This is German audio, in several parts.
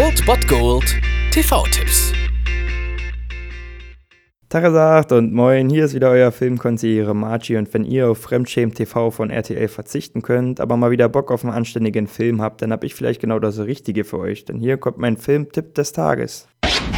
Old Bot Gold TV-Tipps. Tagesacht und moin, hier ist wieder euer Filmkonsigliere Margie und wenn ihr auf Fremdschämen TV von RTL verzichten könnt, aber mal wieder Bock auf einen anständigen Film habt, dann hab ich vielleicht genau das Richtige für euch, denn hier kommt mein Filmtipp des Tages.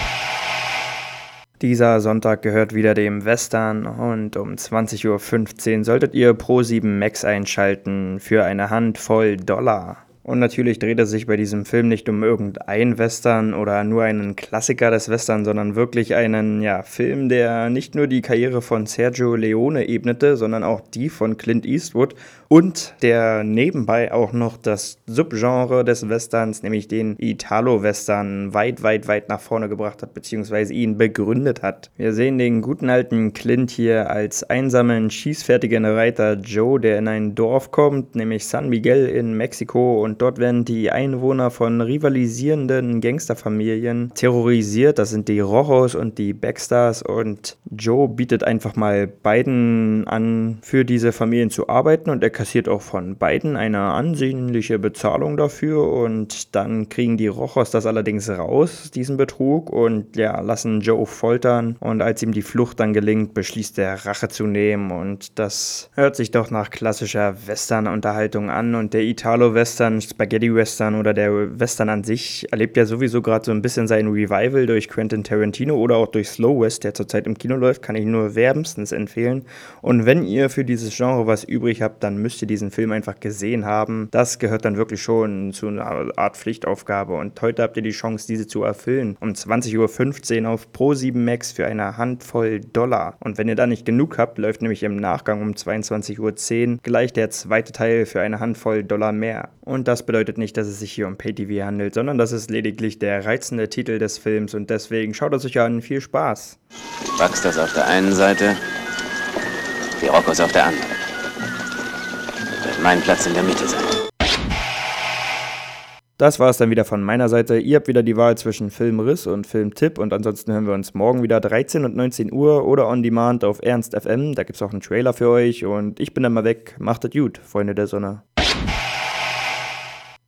Dieser Sonntag gehört wieder dem Western und um 20:15 Uhr solltet ihr Pro7 Max einschalten für eine Handvoll $. Und natürlich dreht es sich bei diesem Film nicht um irgendein Western oder nur einen Klassiker des Western, sondern wirklich einen Film, der nicht nur die Karriere von Sergio Leone ebnete, sondern auch die von Clint Eastwood und der nebenbei auch noch das Subgenre des Westerns, nämlich den Italo-Western, weit nach vorne gebracht hat, beziehungsweise ihn begründet hat. Wir sehen den guten alten Clint hier als einsamen, schießfertigen Reiter Joe, der in ein Dorf kommt, nämlich San Miguel in Mexiko, und dort werden die Einwohner von rivalisierenden Gangsterfamilien terrorisiert. Das sind die Rojos und die Baxters, und Joe bietet einfach mal beiden an, für diese Familien zu arbeiten, und er kassiert auch von beiden eine ansehnliche Bezahlung dafür, und dann kriegen die Rojos das allerdings raus, diesen Betrug, und lassen Joe foltern, und als ihm die Flucht dann gelingt, beschließt er, Rache zu nehmen, und das hört sich doch nach klassischer Western-Unterhaltung an, und der Italo-Western, Spaghetti-Western oder der Western an sich erlebt ja sowieso gerade so ein bisschen sein Revival durch Quentin Tarantino oder auch durch Slow West, der zurzeit im Kino läuft, kann ich nur wärmstens empfehlen. Und wenn ihr für dieses Genre was übrig habt, dann müsst ihr diesen Film einfach gesehen haben. Das gehört dann wirklich schon zu einer Art Pflichtaufgabe, und heute habt ihr die Chance, diese zu erfüllen. Um 20:15 Uhr auf Pro7 Max für eine Handvoll $. Und wenn ihr da nicht genug habt, läuft nämlich im Nachgang um 22:10 Uhr gleich der zweite Teil für eine Handvoll $. mehr. Und das bedeutet nicht, dass es sich hier um Pay-TV handelt, sondern das ist lediglich der reizende Titel des Films, und deswegen schaut es euch an. Viel Spaß! Baxters auf der einen Seite, die Roccos auf der anderen. Wird mein Platz in der Mitte sein. Das war es dann wieder von meiner Seite. Ihr habt wieder die Wahl zwischen Filmriss und Filmtipp, und ansonsten hören wir uns morgen wieder 13 und 19 Uhr oder on demand auf Ernst FM. Da gibt es auch einen Trailer für euch, und ich bin dann mal weg. Macht es gut, Freunde der Sonne.